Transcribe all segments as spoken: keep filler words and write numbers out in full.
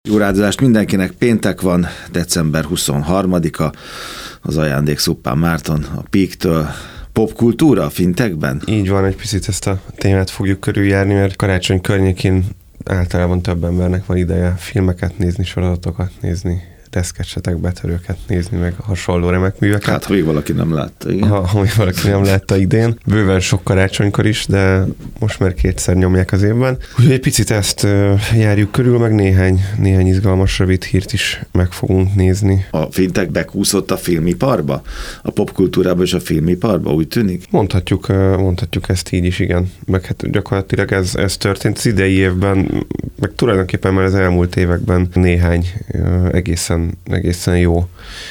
Jó rádiózást mindenkinek, péntek van, december huszonharmadika, az ajándék Szuppán Márton a Peak-től. Popkultúra a fintekben? Így van, egy picit ezt a témát fogjuk körüljárni, mert karácsony környékén általában több embernek van ideje filmeket nézni, sorozatokat nézni, reszketsetek, betörőket nézni, meg hasonló remek műveket. Hát, ha még valaki nem látta, igen. Ha, ha még valaki nem látta idén. Bőven sok karácsonykor is, de most már kétszer nyomják az évben. Úgyhogy egy picit ezt uh, járjuk körül, meg néhány, néhány izgalmas rövid hírt is meg fogunk nézni. A fintek bekúszott a filmiparba? A popkultúrába és a filmiparba, úgy tűnik? Mondhatjuk, uh, mondhatjuk ezt így is, igen. Meg hát gyakorlatilag ez, ez történt az idei évben, meg tulajdonképpen már az elmúlt években néhány uh, egészen egészen jó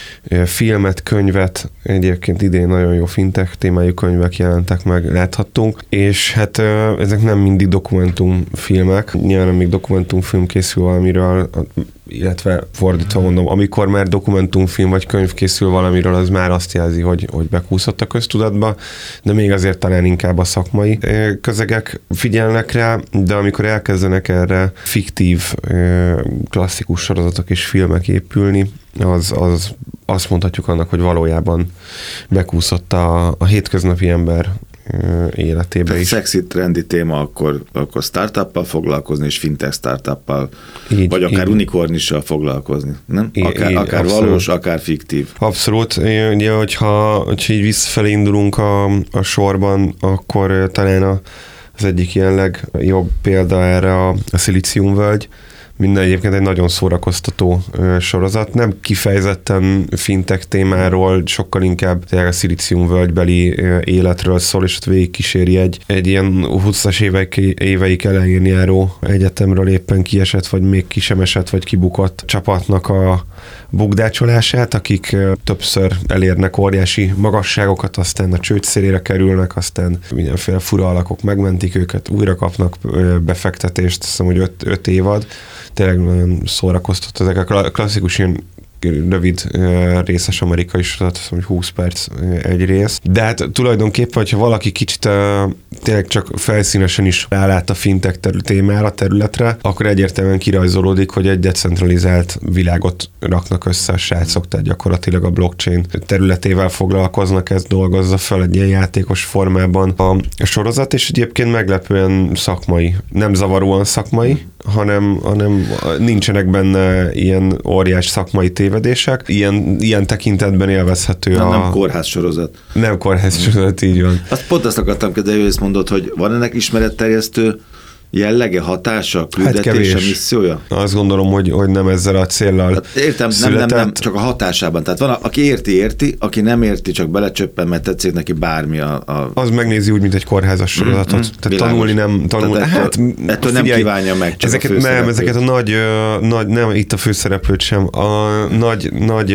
filmet, könyvet, egyébként idén nagyon jó fintech témájú könyvek jelentek meg, láthattunk, és hát ezek nem mindig dokumentumfilmek, nyilván még dokumentumfilm készül valamiről, illetve fordítva mondom, amikor már dokumentumfilm vagy könyv készül valamiről, az már azt jelzi, hogy, hogy bekúszott a köztudatba, de még azért talán inkább a szakmai közegek figyelnek rá, de amikor elkezdenek erre fiktív, klasszikus sorozatok és filmek épülni, az, az azt mondhatjuk annak, hogy valójában bekúszott a, a hétköznapi ember életébe Tehát is. Szexi, trendi téma, akkor, akkor startuppal foglalkozni, és fintech startuppal, így, vagy akár így. Unikornissal foglalkozni, nem? Akár, így, akár valós, akár fiktív. Abszolút. Ugye, hogyha, hogyha így visszafelé indulunk a, a sorban, akkor talán a, az egyik ilyen legjobb példa erre a, a Szilíciumvölgy. Minden egyébként egy nagyon szórakoztató sorozat. Nem kifejezetten fintech témáról, sokkal inkább a szilíciumvölgybeli életről szól, és ott végig kíséri egy, egy ilyen huszas évek, éveik elején járó egyetemről éppen kiesett, vagy még ki sem esett, vagy kibukott csapatnak a bukdácsolását, akik többször elérnek óriási magasságokat, aztán a csőd szélére kerülnek, aztán mindenféle fura alakok megmentik őket, újra kapnak befektetést, azt hiszem, hogy öt, öt évad. Tényleg nagyon szórakoztat ezek a klasszikus ilyen rövid részes amerikai sorozat, azt mondom, hogy húsz perc egy rész. De hát tulajdonképpen, hogyha valaki kicsit tényleg csak felszínesen is rálát a fintech témára, a területre, akkor egyértelműen kirajzolódik, hogy egy decentralizált világot raknak össze a srácok, tehát gyakorlatilag a blockchain területével foglalkoznak, ez dolgozza fel egy ilyen játékos formában a sorozat, és egyébként meglepően szakmai. Nem zavaróan szakmai, hanem, hanem nincsenek benne ilyen óriás szakmai tévedések. Ilyen, ilyen tekintetben élvezhető nem, a... Nem kórház sorozat. Nem kórház sorozat, így van. Azt pont azt akartam kérdezni, hogy ezt mondod, hogy van ennek ismeretterjesztő jellege, hatása, küldetése, hát missziója? Azt gondolom, hogy, hogy nem ezzel a céllal hát értem, nem, nem, nem, csak a hatásában. Tehát van, aki érti, érti, aki nem érti, csak belecsöppen, mert tetszik neki bármi a... a... Az megnézi úgy, mint egy kórházas sorozatot. Mm-hmm. Tehát világos. Tanulni nem... Tanul... Tehát ettől, hát, ettől nem figyelj, kívánja meg csak ezeket, a nem, ezeket a nagy, nagy, nem itt a főszereplőt sem, a nagy, nagy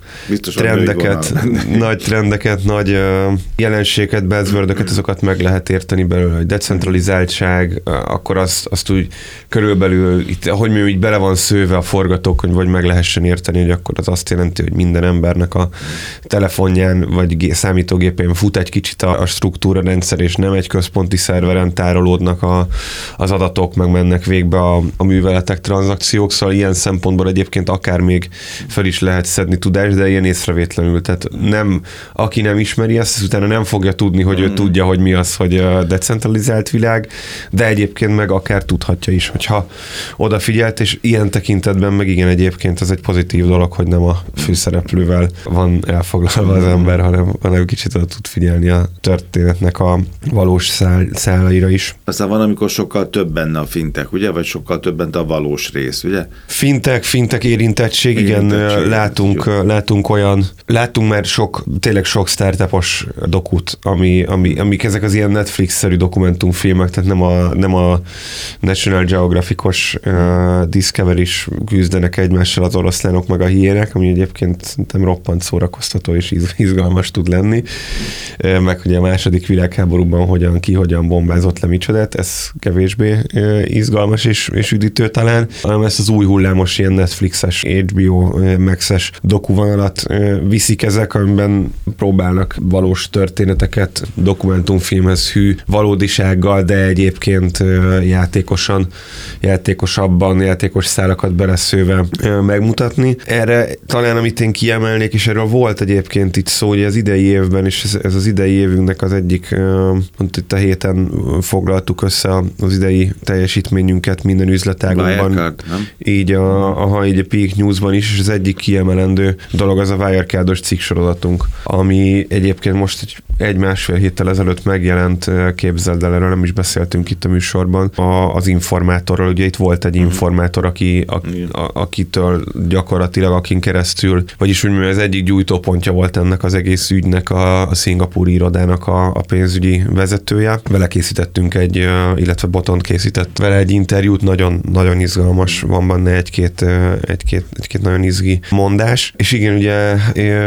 trendeket, nagy trendeket, nagy jelenségeket, buzzwordöket, azokat meg lehet érteni belőle, hogy decentralizáltság, akkor azt, azt úgy körülbelül, itt, ahogy mi így bele van szőve a forgatókönyv, vagy meg lehessen érteni, hogy akkor az azt jelenti, hogy minden embernek a telefonján, vagy számítógépén fut egy kicsit a, a struktúra rendszer, és nem egy központi szerveren tárolódnak a, az adatok, meg mennek végbe a, a műveletek, tranzakciók, szóval ilyen szempontból egyébként akár még fel is lehet szedni tudást, de ilyen észrevétlenül. Tehát nem, aki nem ismeri ezt, utána nem fogja tudni, hogy ő tudja, hogy mi az, hogy decentralizált világ, de egyébként meg akár tudhatja is, hogyha odafigyelt, és ilyen tekintetben meg igen, egyébként ez egy pozitív dolog, hogy nem a főszereplővel van elfoglalva az ember, hanem, hanem kicsit oda tud figyelni a történetnek a valós szál, szálaira is. Aztán van, amikor sokkal több benne a fintech, ugye? Vagy sokkal több benne a valós rész, ugye? Fintech, fintech érintettség, igen, érintettség, látunk, látunk olyan, látunk már sok, tényleg sok startupos dokut, ami, ami, amik ezek az ilyen Netflix-szerű dokumentumfilmek, tehát nem a, nem a National Geographic-os uh, Discovery-s küzdenek egymással az oroszlánok meg a hiének, ami egyébként szerintem roppant szórakoztató és izgalmas tud lenni. Uh, meg ugye a második világháborúban hogyan ki, hogyan bombázott le micsodát, ez kevésbé uh, izgalmas és, és üdítő talán, hanem ezt az új hullámos ilyen Netflixes, há bé o uh, Max-es dokuvonalat uh, viszik ezek, amiben próbálnak valós történeteket dokumentumfilmhez hű valódisággal, de egyébként uh, játékosan, játékosabban, játékos szálakat beleszőve megmutatni. Erre talán, amit én kiemelnék, és erről volt egyébként itt szó, hogy az idei évben, és ez, ez az idei évünknek az egyik, pont itt a héten foglaltuk össze az idei teljesítményünket minden üzletágunkban. Így a, a, így a Peak Newsban is, és az egyik kiemelendő dolog az a Wirecard-os cikksorozatunk, ami egyébként most egy, egy-másfél héttel ezelőtt megjelent, képzeld el, erről nem is beszéltünk itt a műsorban, a, az informátorról. Ugye itt volt egy informátor, aki, a, a, akitől gyakorlatilag akin keresztül, vagyis úgy mondjam, az egyik gyújtópontja volt ennek az egész ügynek a, a szingapúri irodának a, a pénzügyi vezetője. Vele készítettünk egy, illetve Botont készített vele egy interjút, nagyon, nagyon izgalmas, van benne egy-két, egy-két, egy-két nagyon izgi mondás. És igen, ugye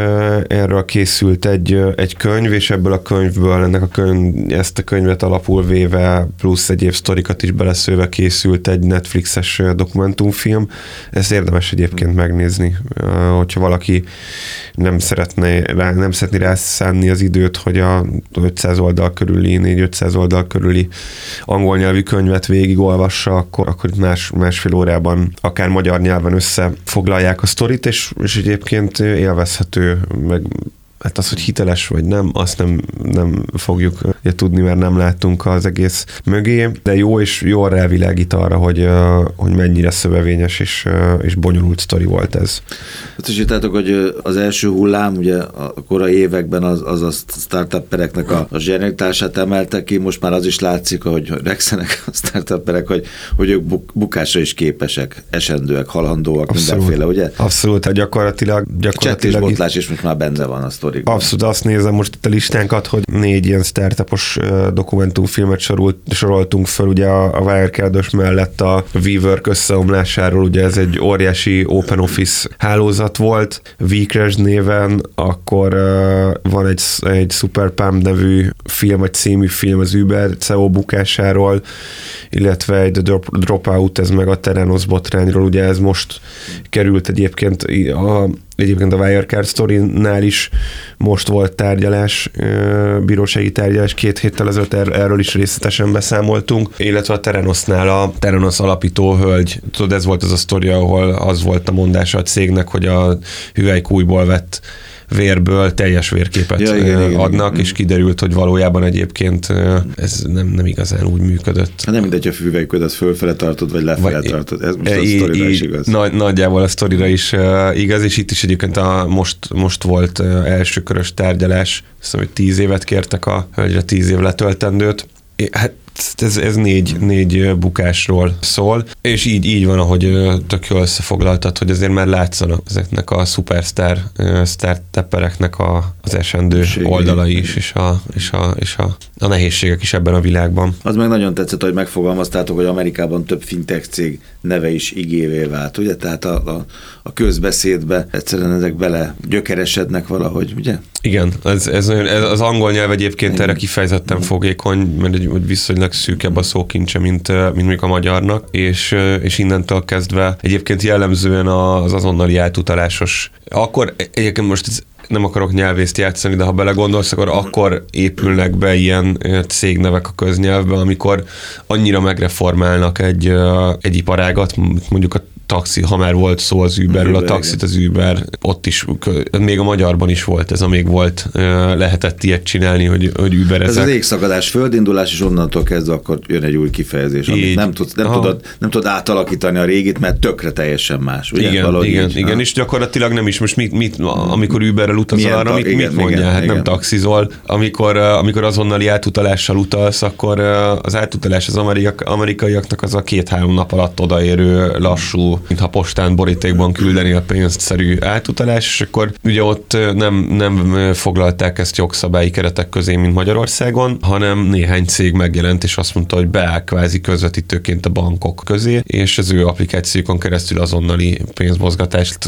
erről készült egy, egy könyv, és ebből a könyvből, ennek a könyv, ezt a könyvet alapul véve, plusz egyéb sztorikat is beleszőve készült egy Netflixes dokumentumfilm. Ezt érdemes egyébként megnézni, hogyha valaki nem szeretné, rá, nem szeretné rászánni az időt, hogy a ötszáz oldal körüli, négy-ötszáz oldal körüli angol nyelvű könyvet végigolvassa, akkor, akkor más, másfél órában akár magyar nyelven összefoglalják a sztorit, és, és egyébként élvezhető, meg hát az, hogy hiteles vagy nem, azt nem, nem fogjuk ugye, tudni, mert nem láttunk az egész mögé, de jó, és jól rávilágít arra, hogy, hogy mennyire szövevényes és, és bonyolult sztori volt ez. Tudjátok, hogy az első hullám, ugye a korai években az, az a startuppereknek a, a zsenialitását emelte ki, most már az is látszik, hogy regszenek a startupperek, hogy, hogy ők buk, bukásra is képesek, esendőek, halandóak, abszolút, mindenféle, ugye? Abszolút, hát gyakorlatilag... gyakorlatilag a csettésbotlás is most már benne van a sztorikban. Abszolút, azt nézem most itt a listánkat, hogy négy ilyen startupos dokumentumfilmet sorult, soroltunk föl, ugye a, a Wirecard-os mellett a WeWork összeomlásáról, ugye ez egy óriási open office hálózat volt, WeCrash néven, akkor uh, van egy, egy Superpump nevű film, egy című film az Uber cé e o bukásáról, illetve egy Drop, Dropout, ez meg a Theranos botrányról, ugye ez most került egyébként a Egyébként a Wirecard Story-nál is most volt tárgyalás, bírósági tárgyalás, két héttel ezelőtt erről is részletesen beszámoltunk, illetve a Theranosnál a Theranos alapító hölgy, tudod, ez volt az a sztori, ahol az volt a mondása a cégnek, hogy a hüvelykújból vett vérből teljes vérképet ja, igen, adnak, igen, és kiderült, hogy valójában egyébként ez nem, nem igazán úgy működött. Hát nem mindegy, a fűvelyködet fölfele tartod, vagy lefele vagy, tartod. Ez most a sztorira is igaz. Nagy, nagyjából a sztorira is uh, igaz, és itt is egyébként a, most, most volt uh, elsőkörös tárgyalás, azt mondom, hogy tíz évet kértek a hölgyre, tíz év letöltendőt. Hát ez, ez négy, négy bukásról szól, és így, így van, ahogy tök jól összefoglaltad, hogy azért már látszanak ezeknek a szupersztár startuppereknek a, az esendő oldalai is, és, a, és, a, és a, a nehézségek is ebben a világban. Az meg nagyon tetszett, hogy megfogalmaztátok, hogy Amerikában több fintech cég neve is igévé vált, ugye? Tehát a, a, a közbeszédbe egyszerűen ezek bele gyökeresednek valahogy, ugye? Igen, ez, ez, ez az angol nyelv egyébként igen. Erre kifejezetten fogékony, mert egy viszonylag szűkebb a szókincse, mint, mint mondjuk a magyarnak, és, és innentől kezdve egyébként jellemzően az azonnali átutalásos. Akkor egyébként most ez, nem akarok nyelvészt játszani, de ha belegondolsz, akkor akkor épülnek be ilyen cégnevek a köznyelvbe, amikor annyira megreformálnak egy, egy iparágat, mondjuk a taxi, ha már volt szó az Uberről, a taxit az Uber, ott is, még a magyarban is volt ez, amíg volt, lehetett ilyet csinálni, hogy, hogy Uberezek. Ez az égszakadás, földindulás, és onnantól kezdve akkor jön egy új kifejezés, amit nem, tud, nem, tudod, nem tudod átalakítani a régit, mert tökre teljesen más. Ugye? Igen, igen, így, igen, ha? És gyakorlatilag nem is, most mit, mit amikor Uberrel utazol arra, mit, mit mondjál? Igen, hát igen. Nem taxizol. Amikor, amikor azonnali átutalással utalsz, akkor az átutalás az amerik, amerikaiaknak az a két-három nap alatt odaérő lassú, mintha postán borítékban küldeni a pénzszerű átutalás, és akkor ugye ott nem, nem foglalták ezt jogszabályi keretek közé, mint Magyarországon, hanem néhány cég megjelent, és azt mondta, hogy beáll kvázi közvetítőként a bankok közé, és az ő applikációkon keresztül azonnali pénzmozgatást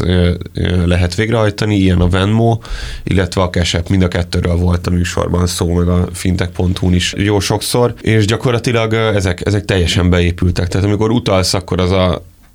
lehet végrehajtani, ilyen a Venmo, illetve a Cash App, mind a kettőről volt a műsorban szó, meg a fintech pont hu-n is jó sokszor, és gyakorlatilag ezek, ezek teljesen beépültek. Tehát amikor utalsz, akkor az a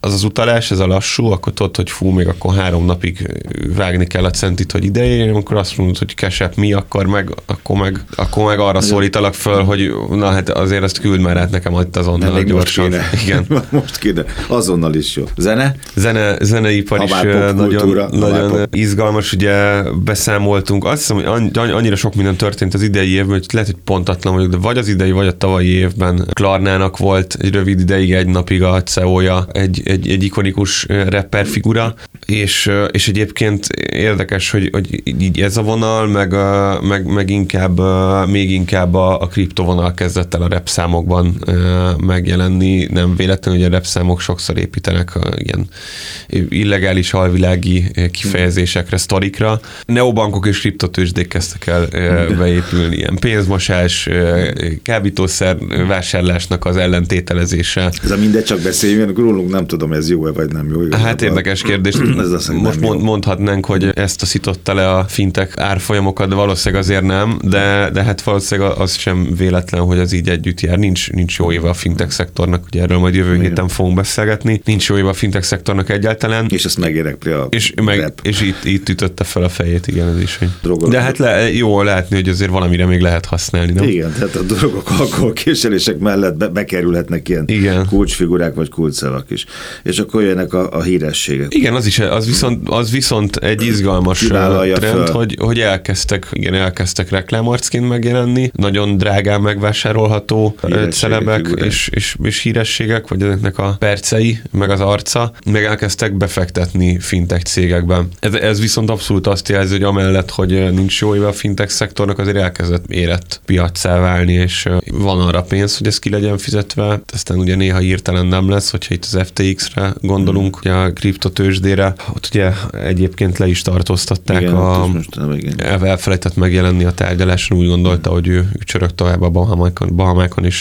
az az utalás, ez a lassú, akkor tudod, hogy fú, még akkor három napig vágni kell a centit, hogy ide érjen, amikor azt mondod, hogy kesep mi, akkor meg, akkor meg, akkor meg arra szólítalak föl, hogy na hát azért ezt küld már át nekem ott azonnal nem, gyorsan. Most kéne. Igen. Most kéne. Azonnal is jó. Zene? Zene, zeneipar is nagyon, nagyon izgalmas, ugye beszámoltunk. Azt hiszem, hogy annyira sok minden történt az idei évben, hogy lehet, hogy pontatlan vagyok, de vagy az idei, vagy a tavalyi évben Klarnának volt egy rövid ideig, egy napig a cé e o-ja, egy, egy, egy ikonikus rapper figura, és, és egyébként érdekes, hogy, hogy így ez a vonal, meg, meg, meg inkább, még inkább a, a kriptovonal kezdett el a rap számokban megjelenni. Nem véletlenül, hogy a rap számok sokszor építenek ilyen illegális alvilági kifejezésekre, sztorikra. Neobankok és kriptotőzsdék kezdtek el beépülni. Ilyen pénzmosás, kábítószer vásárlásnak az ellentételezése. Ez a mindegy, csak beszéljünk, rólunk nem tudom, ez jó-e vagy nem jó. Igazán hát érdekes kérdés. Most mond, mondhatnánk, hogy ezt taszította le a fintech árfolyamokat, de valószínűleg azért nem, de, de hát valószínűleg az sem véletlen, hogy az így együtt jár. Nincs, nincs jó éve a fintech szektornak, ugye erről majd jövő igen. héten fogunk beszélgetni. Nincs jó éve a fintech szektornak egyáltalán. És ezt megérekli a és, meg, és itt, itt ütötte fel a fejét, igen, ez is. Drogok. De hát le, jó látni, hogy azért valamire még lehet használni, nem? Igen, tehát a drogok, alkoholkészülések mellett be, bekerülhetnek ilyen igen. kulcsfigurák vagy kulcsszavak is. És akkor jönnek a, a hírességek. Igen, az is, az viszont, az viszont egy izgalmas trend, hogy, hogy elkezdtek, igen, elkezdtek reklámarcként megjelenni, nagyon drágán megvásárolható celebek és, és, és hírességek, vagy ezeknek a percei, meg az arca, meg elkezdtek befektetni fintech cégekben. Ez, ez viszont abszolút azt jelzi, hogy amellett, hogy nincs jó éve a fintech szektornak, azért elkezdett érett piaccá válni, és van arra pénz, hogy ez ki legyen fizetve. Aztán ugye néha hirtelen nem lesz, hogyha itt az ef té iksz-re gondolunk, ugye a kriptotőzsdére, ott ugye egyébként le is tartóztatták, igen, a, elfelejtett megjelenni a tárgyaláson, úgy gondolta, hogy ő, ő csörög tovább a Bahamákon, Bahamákon is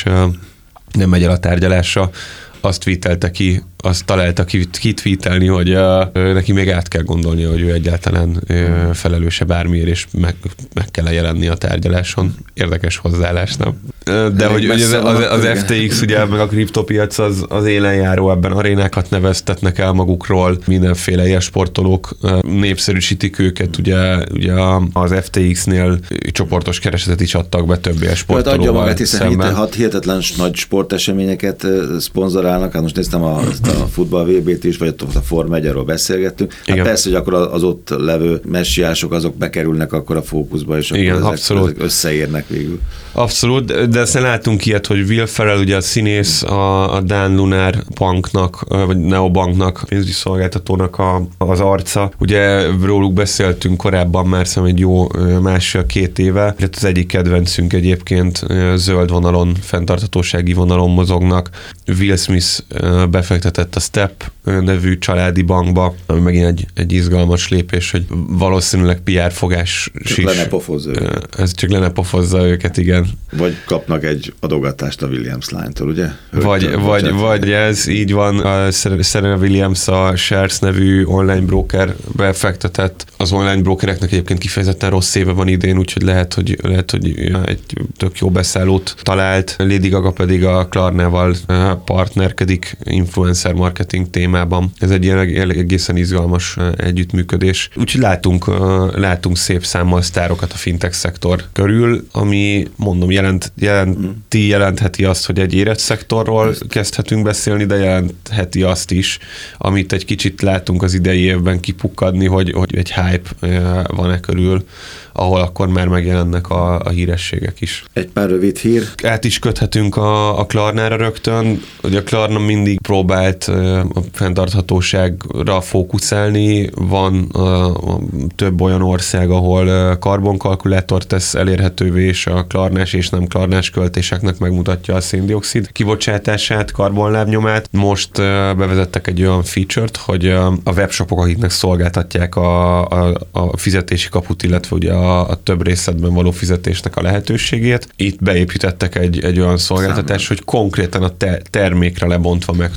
nem megy el a tárgyalásra. Azt tweetelte ki, azt találta ki, kitweetelni, hogy uh, neki még át kell gondolnia, hogy ő egyáltalán uh, felelőse bármiért, és meg, meg kell jelenni a tárgyaláson. Érdekes hozzáállás, nem? De hogy, hogy az, az, az ef té iksz, ugye, meg a kriptopiac az, az élenjáró, ebben arénákat neveztetnek el magukról, mindenféle ilyen sportolók népszerűsítik őket, ugye, ugye az ef té iksz-nél csoportos keresetet is adtak be több ilyen sportolóval hát adja magát, hiszen hihetetlen nagy sporteseményeket szponzorálnak, hát most néztem a, a futball vé bét is, vagy a Forma egy, arról beszélgettünk. Hát persze, hogy akkor az ott levő messiások, azok bekerülnek akkor a fókuszba, és akkor igen, ezek, ezek összeérnek végül. Abszolút, de aztán látunk ilyet, hogy Will Ferrell, ugye a színész, a, a Dan Lunar banknak, vagy Neobanknak, pénzügyi szolgáltatónak a, az arca. Ugye róluk beszéltünk korábban már szerintem egy jó másfél-két éve. Az egyik kedvencünk egyébként zöld vonalon, fenntarthatósági vonalon mozognak. Will Smith befektetett a Step nevű családi bankba, ami megint egy, egy izgalmas lépés, hogy valószínűleg pé er fogás csak is. Le pofozza őket. Ez csak le ne pofozza őket, igen. Vagy kapnak egy adogatást a Williams Line-tól, ugye? Vagy, vagy, vagy ez így van. A Serena Williams a Shares nevű online broker befektetett. Az online brokereknek egyébként kifejezetten rossz éve van idén, úgyhogy lehet, hogy, lehet, hogy egy tök jó beszállót talált. Lady Gaga pedig a Klarnával partnerkedik influencer marketing témában. Ez egy ilyen egészen izgalmas együttműködés. Úgyhogy látunk, látunk szép számmal sztárokat a fintech szektor körül, ami mondom, jelent, jelenti, jelentheti azt, hogy egy érett szektorról kezdhetünk beszélni, de jelentheti azt is, amit egy kicsit látunk az idei évben kipukkadni, hogy, hogy egy hype van-e körül, ahol akkor már megjelennek a, a hírességek is. Egy pár rövid hír. Át is köthetünk a, a Klarnára rögtön. Ugye a Klarna mindig próbált a fenntarthatóságra fókuszálni. Van a, a több olyan ország, ahol karbonkalkulátort tesz elérhetővé, és a klarnás és nem klarnás költéseknek megmutatja a széndioxid kibocsátását, karbonlábnyomát. Most bevezettek egy olyan feature-t, hogy a webshopok, akiknek szolgáltatják a, a, a fizetési kaput, illetve ugye a A, a több részletben való fizetésnek a lehetőségét. Itt beépítettek egy, egy olyan szolgáltatást, hogy konkrétan a te, termékre lebontva meg tudják mutatni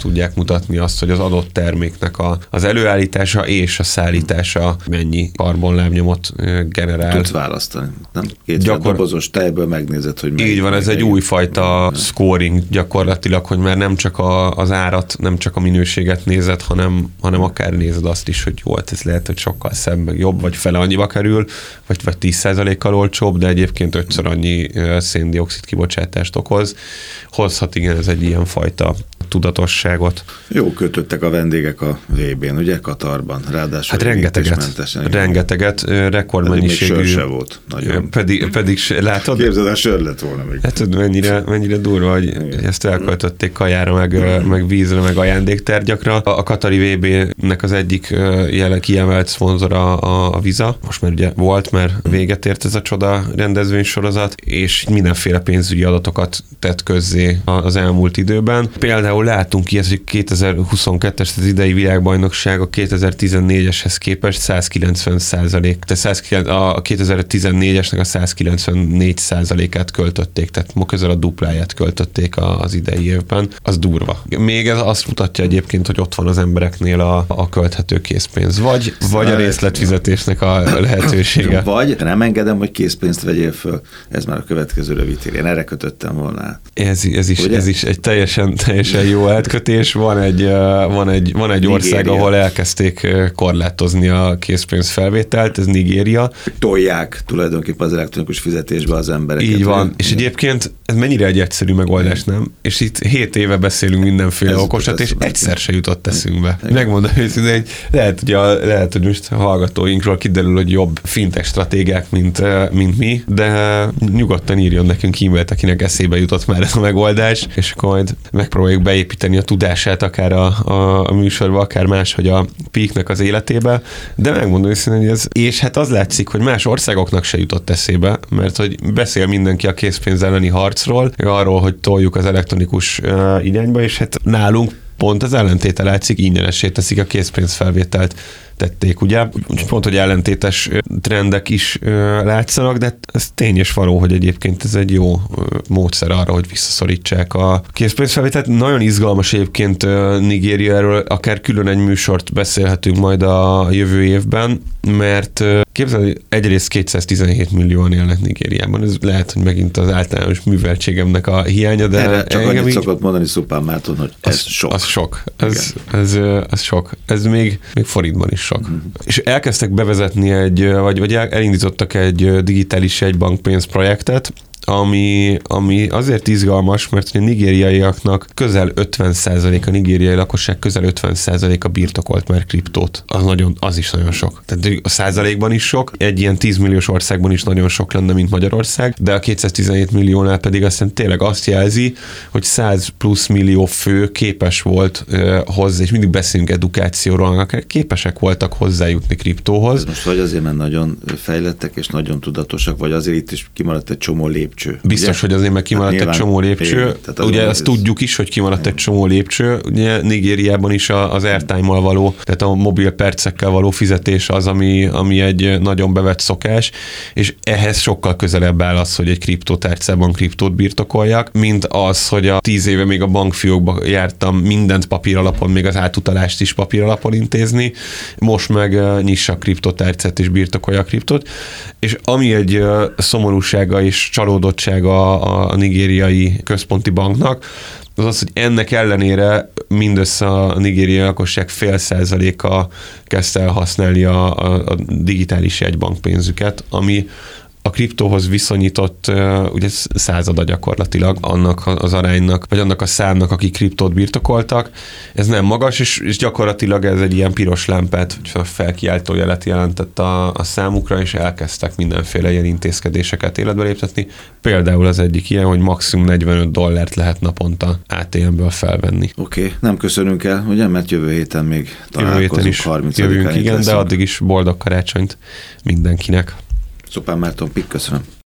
mutatni azt, hogy az adott terméknek a, az előállítása és a szállítása mennyi karbonlábnyomot generál. Tudsz választani. Nem? Két Gyakor... dobozos tejből megnézed, hogy melyik. Így van, ez egy újfajta scoring gyakorlatilag, hogy már nem csak a, az árat, nem csak a minőséget nézed, hanem, hanem akár nézed azt is, hogy jó, ez lehet, hogy sokkal szebb, meg jobb, vagy fele annyiba kerül, vagy, vagy tíz százalékkal olcsóbb, de egyébként ötször annyi széndioxid kibocsátást okoz. Hozhat igen, ez egy ilyen fajta tudatosságot. Jó kötöttek a vendégek a vé bén, ugye, Katarban, ráadásul. Hát rengeteget, rengeteget, rekordmennyiségű. Még sör se volt. Nagyon. Pedig, pedig látod? Képzeld, a sör lett volna még. Hát tudod, mennyire, mennyire durva, hogy igen. Ezt elköltötték kajára, meg, meg vízre, meg ajándéktárgyakra. A Katari vé bének az egyik jelen kiemelt szponzora a, a Visa. Most már ugye volt, mert véget ért ez a csoda rendezvénysorozat, és mindenféle pénzügyi adatokat tett közzé az elmúlt időben. Például látunk ilyet, hogy kétezer-huszonkettes, az idei világbajnokság a kétezer-tizennégyeshez képest százkilencven százalék, tehát a kétezer-tizennégyesnek a százkilencvennégy százalékát költötték, tehát ma közel a dupláját költötték az idei évben. Az durva. Még ez azt mutatja egyébként, hogy ott van az embereknél a, a költhető készpénz. Vagy, vagy a részletfizetésnek a lehetősége. Vagy nem engedem, hogy készpénzt vegyél föl. Ez már a következő rövid hír. Én erre kötöttem volna. Ez, ez, is, ez is egy teljesen, teljesen jó átkötés. Van egy, van egy, van egy ország, Nigéria, ahol elkezdték korlátozni a készpénz felvételt, ez Nigéria. Tolják tulajdonképpen az elektronikus fizetésbe az embereket. Így van. És egyébként ez mennyire egy egyszerű megoldás, nem? És itt hét éve beszélünk mindenféle ez okosat, és egyszer se jutott eszünkbe. Megmondom őszintén, hogy lehet, hogy, a, lehet, hogy most a hallgatóinkról kiderül, hogy jobb fintech stratégák, mint, mint mi, de nyugodtan írjon nekünk e-mailt, akinek eszébe jutott már ez a megoldás, és akkor majd megpróbáljuk beépíteni a tudását akár a, a, a műsorba, akár más, hogy a Peaknek az életébe, de megmondom őszintén, hogy ez, és hát az látszik, hogy más országoknak se jutott eszébe, mert hogy beszél mindenki a készpénz elleni harcról, arról, hogy toljuk az elektronikus uh, irányba, és hát nálunk pont az ellentéte látszik, ingyenessé teszik a készpénzfelvételt tették, ugye? Pont, hogy ellentétes trendek is látszanak, de ez tény és való, hogy egyébként ez egy jó módszer arra, hogy visszaszorítsák a készpénzfelvételt. Nagyon izgalmas egyébként Nigériáról, akár külön egy műsort beszélhetünk majd a jövő évben, mert képzeld, hogy egyrészt kétszáztizenhét millióan élnek Nigériában. Ez lehet, hogy megint az általános műveltségemnek a hiánya, de erre csak annyit így... szokott mondani Szupán Márton, hogy ez az, sok. Az sok. Ez, ez, ez, ez sok. Ez még, még forintban is sok. Mm-hmm. És elkezdtek bevezetni egy, vagy, vagy elindítottak egy digitális jegybankpénz projektet, ami, ami azért izgalmas, mert a nigériaiaknak közel ötven százalék, a nigériai lakosság közel ötven százaléka birtokolt már kriptót. Az, nagyon, az is nagyon sok. Tehát a százalékban is sok, egy ilyen tíz milliós országban is nagyon sok lenne, mint Magyarország, de a kétszáztizenhét milliónál pedig aztán tényleg azt jelzi, hogy száz plusz millió fő képes volt uh, hozzá, és mindig beszélünk edukációról, akár képesek voltak hozzájutni kriptóhoz. Ez most vagy azért, mert nagyon fejlettek és nagyon tudatosak, vagy azért itt is kimaradt egy csomó lépcső. Biztos, ugye? Hogy azért meg kimaradt hát egy csomó lépcső. Év, ugye azt tudjuk is, hogy kimaradt egy csomó lépcső. Ugye Nigériában is az airtime-mal való, tehát a mobil percekkel való fizetés az, ami, ami egy nagyon bevett szokás, és ehhez sokkal közelebb áll az, hogy egy kriptotárcában kriptót birtokoljak, mint az, hogy a tíz éve még a bankfiókba jártam mindent papíralapon, még az átutalást is papíralapon intézni, most meg nyissak kriptotárcát és birtokolja a kriptót. És ami egy szomorúsága és csalódottsága a, a nigériai központi banknak, az az, hogy ennek ellenére mindössze a nigériai lakosság fél százaléka kezdte el használni a, a, a digitális jegybankpénzüket, ami a kriptóhoz viszonyított ugye százada gyakorlatilag annak az aránynak, vagy annak a számnak, akik kriptót birtokoltak. Ez nem magas, és, és gyakorlatilag ez egy ilyen piros lámpát, vagy felkiáltó jelet jelentett a, a számukra, és elkezdtek mindenféle ilyen intézkedéseket életbe léptetni. Például az egyik ilyen, hogy maximum negyvenöt dollárt lehet naponta á té em-ből felvenni. Oké, okay. Nem köszönünk el, ugye, mert jövő héten még találkozunk. harmincadikán jövünk, igen, de addig is boldog karácsonyt mindenkinek. Szupán Márton, Pik, köszönöm.